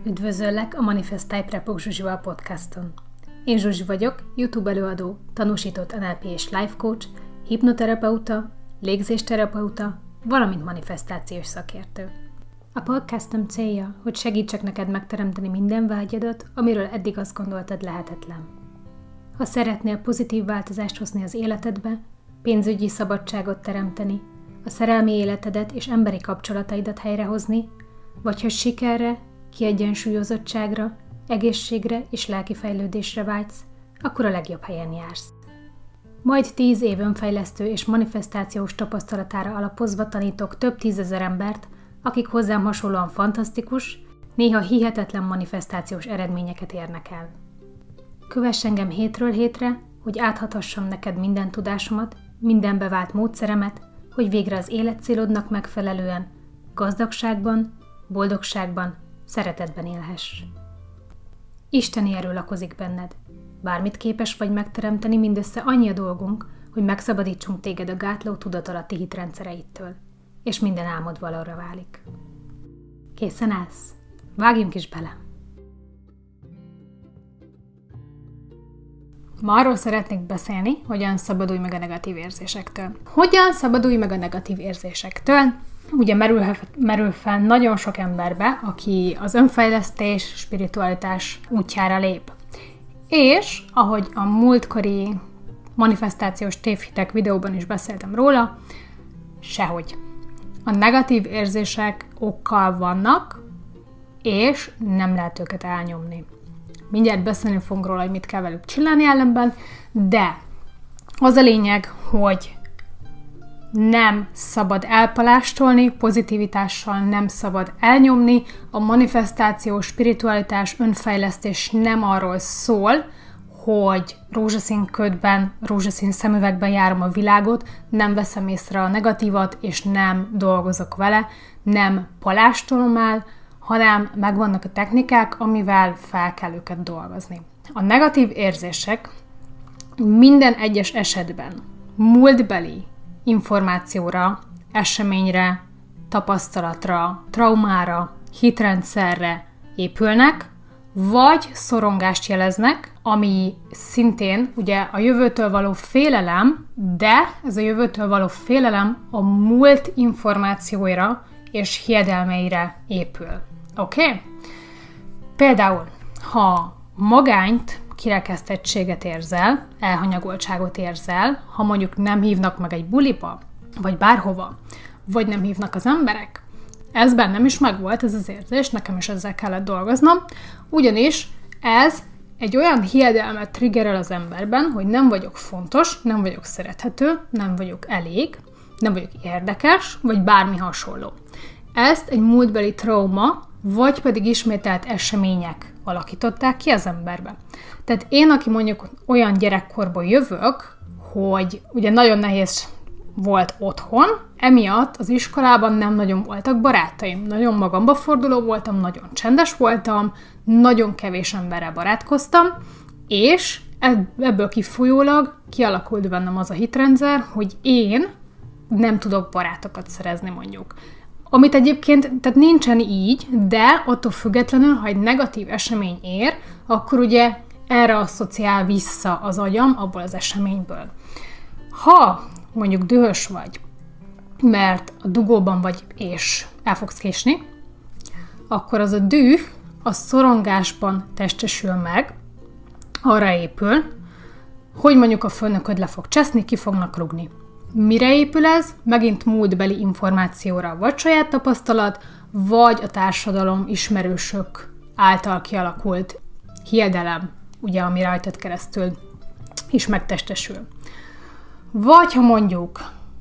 Üdvözöllek a Manifest Prepok Zsuzsival podcaston. Én Zsuzsi vagyok, YouTube előadó, tanúsított NLP és life coach, hipnoterapeuta, légzésterapeuta, valamint manifestációs szakértő. A podcastom célja, hogy segítsek neked megteremteni minden vágyadat, amiről eddig azt gondoltad lehetetlen. Ha szeretnél pozitív változást hozni az életedbe, pénzügyi szabadságot teremteni, a szerelmi életedet és emberi kapcsolataidat helyrehozni, vagy hogy sikerre, kiegyensúlyozottságra, egészségre és lelki fejlődésre vágysz, akkor a legjobb helyen jársz. Majd 10 év önfejlesztő és manifestációs tapasztalatára alapozva tanítok több tízezer embert, akik hozzám hasonlóan fantasztikus, néha hihetetlen manifestációs eredményeket érnek el. Kövess engem hétről hétre, hogy áthathassam neked minden tudásomat, minden bevált módszeremet, hogy végre az életcélodnak megfelelően, gazdagságban, boldogságban, szeretetben élhess. Isteni erő lakozik benned. Bármit képes vagy megteremteni, mindössze annyi a dolgunk, hogy megszabadítsunk téged a gátló tudatalatti hitrendszereittől, és minden álmod valóra válik. Készen állsz? Vágjunk is bele! Ma arról szeretnék beszélni, hogyan szabadulj meg a negatív érzésektől. Hogyan szabadulj meg a negatív érzésektől? Ugye merül fel nagyon sok emberbe, aki az önfejlesztés, spiritualitás útjára lép. És, ahogy a múltkori manifestációs tévhitek videóban is beszéltem róla, sehogy. A negatív érzések okkal vannak, és nem lehet őket elnyomni. Mindjárt beszélni fogunk róla, hogy mit kell velük csinálni ellenben, de az a lényeg, hogy nem szabad elpalástolni, pozitivitással nem szabad elnyomni, a manifestáció, spiritualitás, önfejlesztés nem arról szól, hogy rózsaszín ködben, rózsaszín szemüvegben járom a világot, nem veszem észre a negatívat, és nem dolgozok vele, nem palástolom el, hanem megvannak a technikák, amivel fel kell őket dolgozni. A negatív érzések minden egyes esetben múltbeli információra, eseményre, tapasztalatra, traumára, hitrendszerre épülnek, vagy szorongást jeleznek, ami szintén ugye a jövőtől való félelem, de ez a jövőtől való félelem a múlt információira és hiedelmeire épül. Oké? Például, ha magányt, kirekesztettséget érzel, elhanyagoltságot érzel, ha mondjuk nem hívnak meg egy buliba, vagy bárhova, vagy nem hívnak az emberek, ez bennem is megvolt, ez az érzés, nekem is ezzel kellett dolgoznom, ugyanis ez egy olyan hiedelmet triggerel az emberben, hogy nem vagyok fontos, nem vagyok szerethető, nem vagyok elég, nem vagyok érdekes, vagy bármi hasonló. Ezt egy múltbeli trauma, vagy pedig ismételt események alakították ki az emberbe. Tehát én, aki mondjuk olyan gyerekkorból jövök, hogy ugye nagyon nehéz volt otthon, emiatt az iskolában nem nagyon voltak barátaim. Nagyon magamba forduló voltam, nagyon csendes voltam, nagyon kevés emberrel barátkoztam, és ebből kifolyólag kialakult bennem az a hitrendszer, hogy én nem tudok barátokat szerezni mondjuk. Amit egyébként, tehát nincsen így, de attól függetlenül, ha egy negatív esemény ér, akkor ugye erre asszociál vissza az agyam abból az eseményből. Ha mondjuk dühös vagy, mert a dugóban vagy és el fogsz késni, akkor az a düh a szorongásban testesül meg, arra épül, hogy mondjuk a főnököd le fog cseszni, ki fognak rúgni. Mire épül ez? Megint múltbeli információra, vagy saját tapasztalat, vagy a társadalom, ismerősök által kialakult hiedelem, ugye, ami rajtad keresztül is megtestesül. Vagy ha mondjuk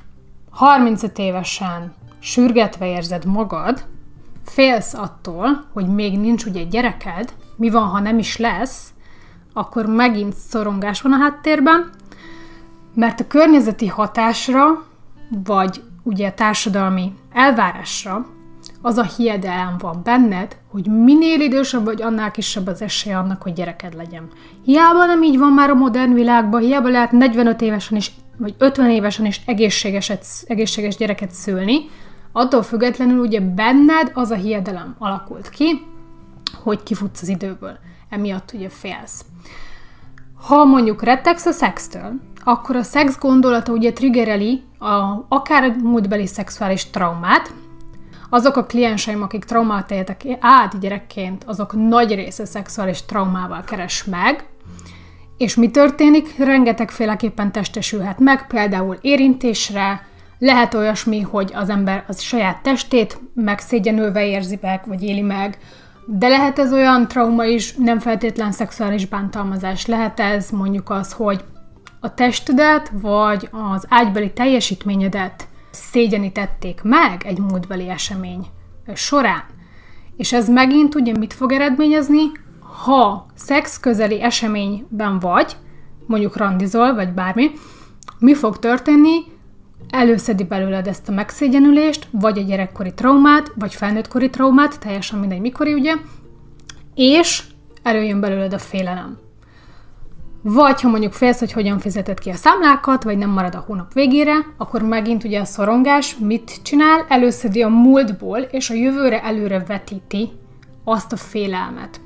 35 évesen sürgetve érzed magad, félsz attól, hogy még nincs ugye gyereked, mi van, ha nem is lesz, akkor megint szorongás van a háttérben, mert a környezeti hatásra, vagy ugye társadalmi elvárásra az a hiedelem van benned, hogy minél idősebb vagy, annál kisebb az esélye annak, hogy gyereked legyen. Hiába nem így van már a modern világban, hiába lehet 45 évesen is, vagy 50 évesen is egészséges gyereket szülni, attól függetlenül ugye benned az a hiedelem alakult ki, hogy kifutsz az időből. Emiatt ugye félsz. Ha mondjuk rettegsz a szextől, akkor a szex gondolata ugye triggereli akár a múltbeli szexuális traumát. Azok a klienseim, akik traumát éltek át gyerekként, azok nagy része szexuális traumával keres meg. És mi történik? Rengetegféleképpen testesülhet meg, például érintésre, lehet olyasmi, hogy az ember az saját testét megszégyenülve érzi meg, vagy éli meg, de lehet ez olyan trauma is, nem feltétlen szexuális bántalmazás. Lehet ez mondjuk az, hogy a testedet, vagy az ágybeli teljesítményedet szégyenítették meg egy múltbeli esemény során. És ez megint ugye mit fog eredményezni? Ha szex közeli eseményben vagy, mondjuk randizol, vagy bármi, mi fog történni? Előszedi belőled ezt a megszégyenülést, vagy a gyerekkori traumát, vagy felnőttkori traumát, teljesen mindegy mikori, ugye, és előjön belőled a félelem. Vagy ha mondjuk félsz, hogy hogyan fizeted ki a számlákat, vagy nem marad a hónap végére, akkor megint ugye a szorongás mit csinál? Előszedi a múltból, és a jövőre előre vetíti azt a félelmet,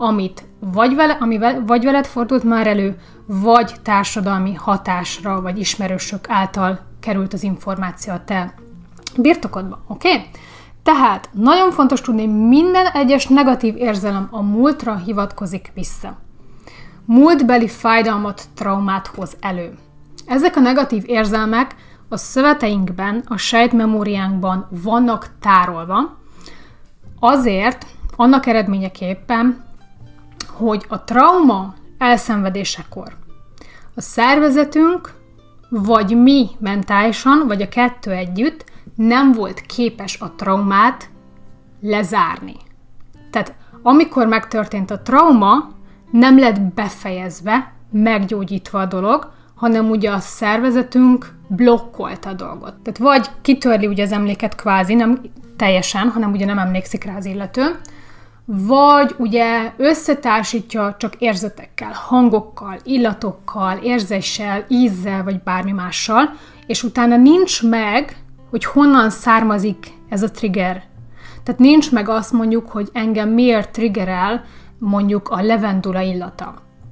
ami vagy veled fordult már elő, vagy társadalmi hatásra, vagy ismerősök által került az információ a te birtokodba, oké? Tehát nagyon fontos tudni, minden egyes negatív érzelem a múltra hivatkozik vissza. Múltbeli fájdalmat, traumát hoz elő. Ezek a negatív érzelmek a szöveteinkben, a sejtmemóriánkban vannak tárolva, azért, annak eredményeképpen, hogy a trauma elszenvedésekor a szervezetünk, vagy mi mentálisan, vagy a kettő együtt nem volt képes a traumát lezárni. Tehát amikor megtörtént a trauma, nem lett befejezve, meggyógyítva a dolog, hanem ugye a szervezetünk blokkolta a dolgot. Tehát vagy kitörli ugye az emléket kvázi, nem teljesen, hanem ugye nem emlékszik rá az illető, vagy ugye összetársítja csak érzetekkel, hangokkal, illatokkal, érzéssel, ízzel, vagy bármi mással, és utána nincs meg, hogy honnan származik ez a trigger. Tehát nincs meg azt mondjuk, hogy engem miért triggerel mondjuk a levendula illata,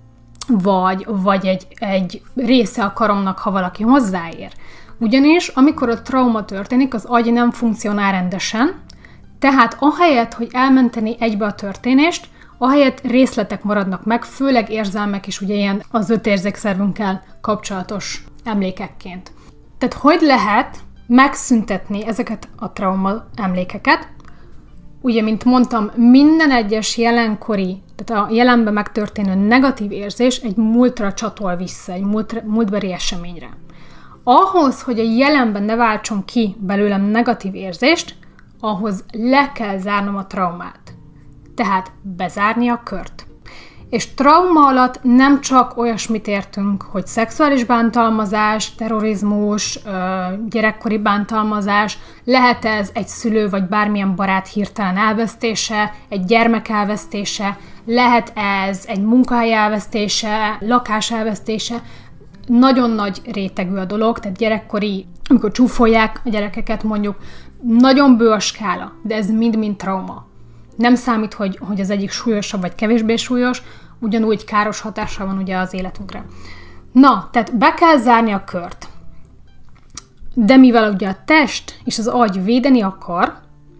vagy egy része a karomnak, ha valaki hozzáér. Ugyanis, amikor a trauma történik, az agy nem funkcionál rendesen, tehát ahelyett, hogy elmenteni egybe a történést, ahelyett részletek maradnak meg, főleg érzelmek is ugye ilyen az 5 érzékszervünkkel kapcsolatos emlékekként. Tehát hogy lehet megszüntetni ezeket a trauma emlékeket? Ugye, mint mondtam, minden egyes jelenkori, tehát a jelenben megtörténő negatív érzés egy múltra csatol vissza, egy múltbeli eseményre. Ahhoz, hogy a jelenben ne váltson ki belőlem negatív érzést, ahhoz le kell zárnom a traumát. Tehát bezárni a kört. És trauma alatt nem csak olyasmit értünk, hogy szexuális bántalmazás, terrorizmus, gyerekkori bántalmazás, lehet ez egy szülő vagy bármilyen barát hirtelen elvesztése, egy gyermek elvesztése, lehet ez egy munkahely elvesztése, lakás elvesztése, nagyon nagy rétegű a dolog, tehát gyerekkori, amikor csúfolják a gyerekeket mondjuk, nagyon bő a skála, de ez mind-mind trauma. Nem számít, hogy az egyik súlyosabb vagy kevésbé súlyos, ugyanúgy káros hatással van ugye az életünkre. Na, tehát be kell zárni a kört. De mivel ugye a test és az agy védeni akar,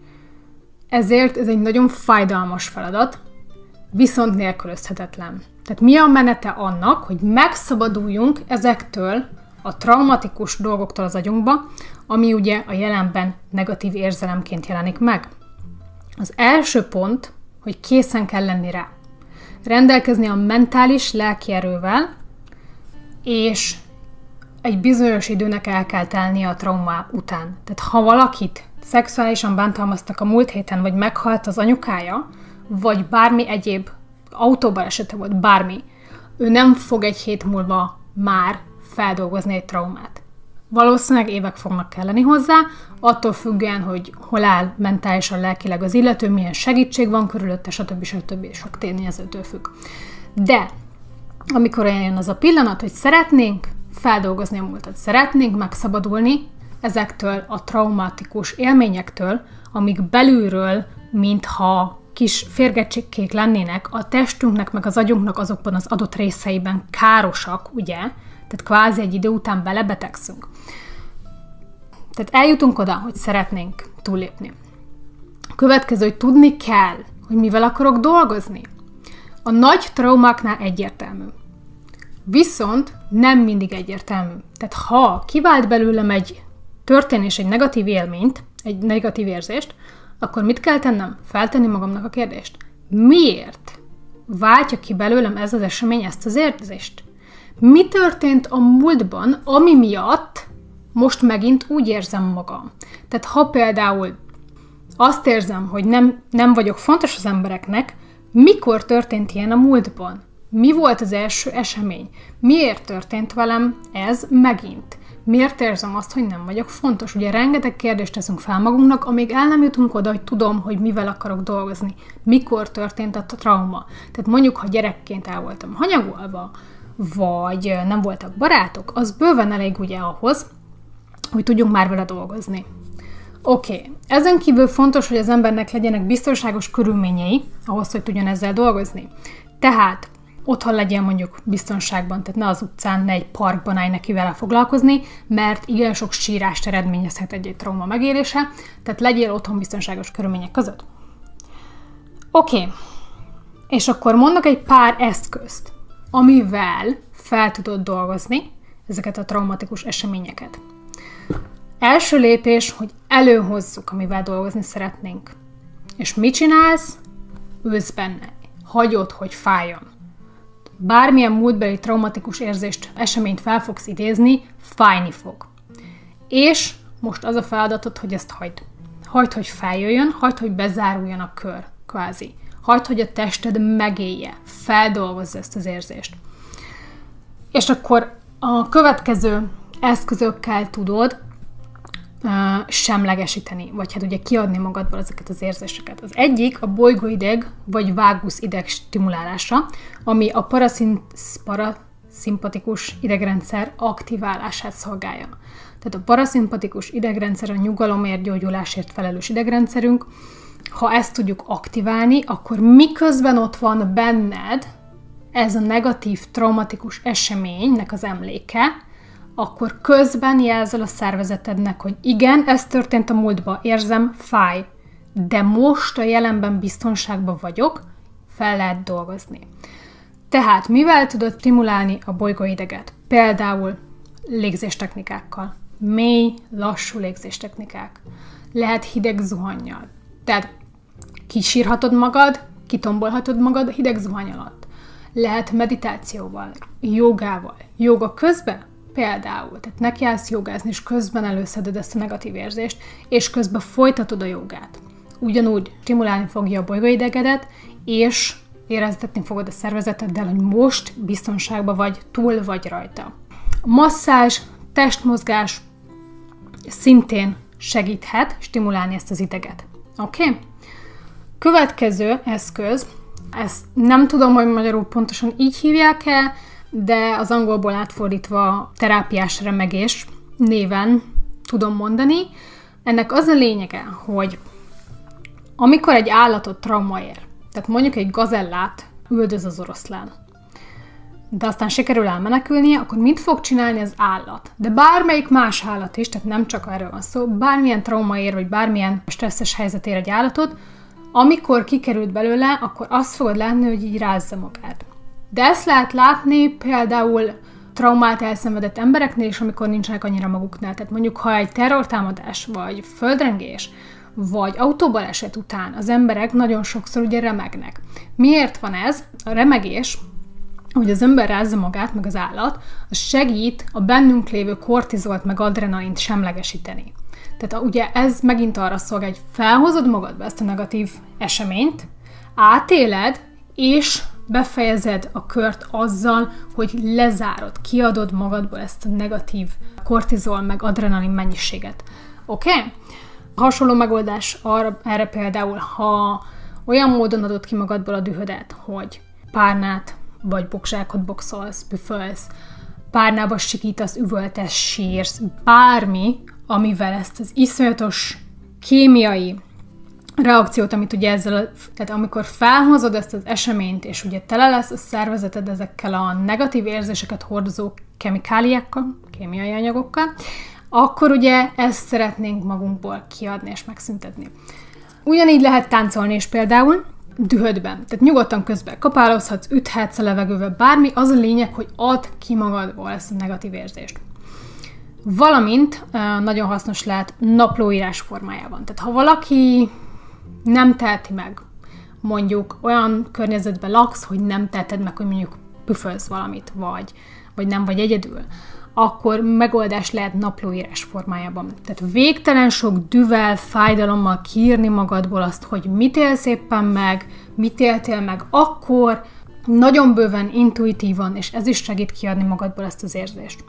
ezért ez egy nagyon fájdalmas feladat, viszont nélkülözhetetlen. Tehát mi a menete annak, hogy megszabaduljunk ezektől a traumatikus dolgoktól az agyunkba, ami ugye a jelenben negatív érzelemként jelenik meg. Az első pont, hogy készen kell lenni rá. Rendelkezni a mentális lelki erővel, és egy bizonyos időnek el kell telnie a trauma után. Tehát ha valakit szexuálisan bántalmaztak a múlt héten, vagy meghalt az anyukája, vagy bármi egyéb autóbalesete volt, bármi, ő nem fog egy hét múlva már feldolgozni egy traumát. Valószínűleg évek fognak kelleni hozzá, attól függően, hogy hol áll mentálisan, lelkileg az illető, milyen segítség van körülötte, stb. Sok tényezőtől függ. De amikor eljön az a pillanat, hogy szeretnénk feldolgozni a múltat, szeretnénk megszabadulni ezektől a traumatikus élményektől, amik belülről, mintha kis férgecsékék lennének, a testünknek, meg az agyunknak azokban az adott részeiben károsak, ugye? Tehát kvázi egy idő után belebetegszünk. Tehát eljutunk oda, hogy szeretnénk túllépni. Következő, hogy tudni kell, hogy mivel akarok dolgozni. A nagy traumáknál egyértelmű. Viszont nem mindig egyértelmű. Tehát ha kivált belőlem egy történés, egy negatív élményt, egy negatív érzést, akkor mit kell tennem? Feltenni magamnak a kérdést. Miért váltja ki belőlem ez az esemény ezt az érzést? Mi történt a múltban, ami miatt most megint úgy érzem magam? Tehát ha például azt érzem, hogy nem vagyok fontos az embereknek, mikor történt ilyen a múltban? Mi volt az első esemény? Miért történt velem ez megint? Miért érzem azt, hogy nem vagyok fontos? Ugye rengeteg kérdést teszünk fel magunknak, amíg el nem jutunk oda, hogy tudom, hogy mivel akarok dolgozni. Mikor történt a trauma? Tehát mondjuk, ha gyerekként el voltam hanyagolva, vagy nem voltak barátok, az bőven elég ugye ahhoz, hogy tudjunk már vele dolgozni. Oké. Ezen kívül fontos, hogy az embernek legyenek biztonságos körülményei, ahhoz, hogy tudjon ezzel dolgozni. Tehát otthon legyen mondjuk biztonságban, tehát ne az utcán, ne egy parkban állj neki vele foglalkozni, mert igen sok sírást eredményezhet egy trauma megélése, tehát legyél otthon biztonságos körülmények között. Oké. És akkor mondok egy pár eszközt, amivel fel tudod dolgozni ezeket a traumatikus eseményeket. Első lépés, hogy előhozzuk, amivel dolgozni szeretnénk. És mit csinálsz? Ülsz benne. Hagyod, hogy fájjon. Bármilyen múltbeli traumatikus érzést, eseményt fel fogsz idézni, fájni fog. És most az a feladatod, hogy ezt hagyd. Hagyd, hogy feljöjjön, hagyd, hogy bezáruljon a kör, kvázi. Hagyd, hogy a tested megélje, feldolgozza ezt az érzést. És akkor a következő eszközökkel tudod semlegesíteni, vagy hát ugye kiadni magadból ezeket az érzéseket. Az egyik a bolygóideg vagy váguszideg stimulálása, ami a paraszimpatikus idegrendszer aktiválását szolgálja. Tehát a paraszimpatikus idegrendszer a nyugalomért, gyógyulásért felelős idegrendszerünk. Ha ezt tudjuk aktiválni, akkor miközben ott van benned ez a negatív, traumatikus eseménynek az emléke, akkor közben jelzel a szervezetednek, hogy igen, ez történt a múltban, érzem, fáj, de most a jelenben biztonságban vagyok, fel lehet dolgozni. Tehát mivel tudod stimulálni a bolygóideget? Például légzéstechnikákkal. Mély, lassú légzéstechnikák. Lehet hideg zuhannyal. Tehát kisírhatod magad, kitombolhatod magad a hideg zuhany alatt. Lehet meditációval, jogával. Joga közben például, tehát nekiállsz jogázni, és közben előszeded ezt a negatív érzést, és közben folytatod a jogát. Ugyanúgy stimulálni fogja a bolygóidegedet, és éreztetni fogod a szervezeteddel, hogy most biztonságban vagy, túl vagy rajta. A masszázs, testmozgás szintén segíthet stimulálni ezt az ideget. Oké? Következő eszköz, ezt nem tudom, hogy magyarul pontosan így hívják-e, de az angolból átfordítva terápiás remegés néven tudom mondani. Ennek az a lényege, hogy amikor egy állatot trauma ér, tehát mondjuk egy gazellát üldöz az oroszlán, de aztán sikerül elmenekülnie, akkor mit fog csinálni az állat? De bármelyik más állat is, tehát nem csak erről van szó, bármilyen trauma ér, vagy bármilyen stresszes helyzet ér egy állatot, amikor kikerült belőle, akkor azt fogod látni, hogy így rázza magát. De ezt lehet látni például traumát elszenvedett embereknél is, amikor nincsenek annyira maguknál. Tehát mondjuk, ha egy terrortámadás, vagy földrengés, vagy autóbaleset után az emberek nagyon sokszor ugye remegnek. Miért van ez? A remegés, hogy az ember rázza magát, meg az állat, az segít a bennünk lévő kortizolt, meg adrenalint semlegesíteni. Tehát ugye ez megint arra szolgál, hogy felhozod magadba ezt a negatív eseményt, átéled, és befejezed a kört azzal, hogy lezárod, kiadod magadból ezt a negatív kortizol, meg adrenalin mennyiséget. Oké? Hasonló megoldás erre például, ha olyan módon adod ki magadból a dühödet, hogy párnát vagy bokzsákot boxolsz, büfölsz, párnába sikítasz, üvöltesz, sírsz, bármi, amivel ezt az iszonyatos kémiai reakciót, amit ugye ezzel, tehát amikor felhozod ezt az eseményt, és ugye tele lesz a szervezeted ezekkel a negatív érzéseket hordozó kemikáliákkal, kémiai anyagokkal, akkor ugye ezt szeretnénk magunkból kiadni és megszüntetni. Ugyanígy lehet táncolni is például dühödben. Tehát nyugodtan közben kapálozhatsz, üthetsz a levegővel, bármi, az a lényeg, hogy add ki magadból ezt a negatív érzést. Valamint nagyon hasznos lehet naplóírás formájában. Tehát ha valaki nem teheti meg, mondjuk olyan környezetben laksz, hogy nem teheted meg, hogy mondjuk püfölsz valamit, vagy nem vagy egyedül, akkor megoldás lehet naplóírás formájában. Tehát végtelen sok dühvel, fájdalommal kiírni magadból azt, hogy mit élsz éppen meg, mit éltél meg akkor, nagyon bőven, intuitívan, és ez is segít kiadni magadból ezt az érzést.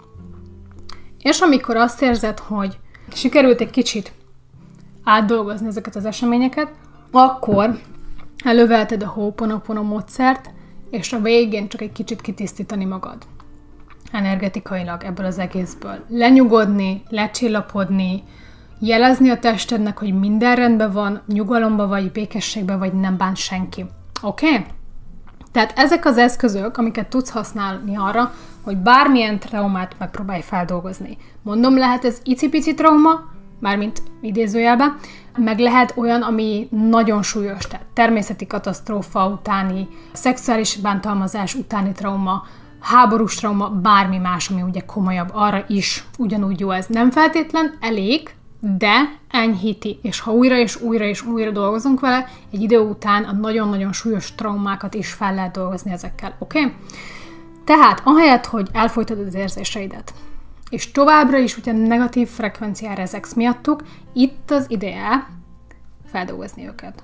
És amikor azt érzed, hogy sikerült egy kicsit átdolgozni ezeket az eseményeket, akkor előveheted a Ho'oponopono módszert, és a végén csak egy kicsit kitisztítani magad energetikailag ebből az egészből. Lenyugodni, lecsillapodni, jelezni a testednek, hogy minden rendben van, nyugalomban vagy, békességben vagy, nem bánt senki. Oké? Tehát ezek az eszközök, amiket tudsz használni arra, hogy bármilyen traumát megpróbálj feldolgozni. Mondom, lehet ez icipici trauma, mármint idézőjelben, meg lehet olyan, ami nagyon súlyos, tehát természeti katasztrófa utáni, szexuális bántalmazás utáni trauma, háborús trauma, bármi más, ami ugye komolyabb, arra is ugyanúgy jó ez. Nem feltétlen elég, de enyhíti, és ha újra és újra és újra dolgozunk vele, egy idő után a nagyon-nagyon súlyos traumákat is fel lehet dolgozni ezekkel, oké? Tehát ahelyett, hogy elfolytod az érzéseidet, és továbbra is ugye negatív frekvenciára ezeksz miattuk, itt az ideje feldolgozni őket.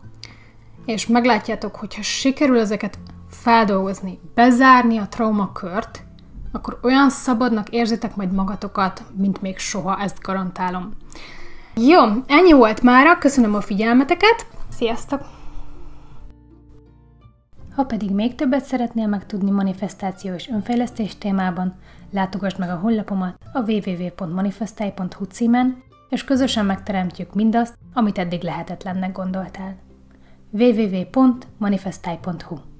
És meglátjátok, hogyha sikerül ezeket feldolgozni, bezárni a traumakört, akkor olyan szabadnak érzitek majd magatokat, mint még soha, ezt garantálom. Jó, ennyi volt mára, köszönöm a figyelmeteket, sziasztok! Ha pedig még többet szeretnél megtudni manifestáció és önfejlesztés témában, látogass meg a honlapomat a www.manifestai.hu címen, és közösen megteremtjük mindazt, amit eddig lehetetlennek gondoltál. www.manifestai.hu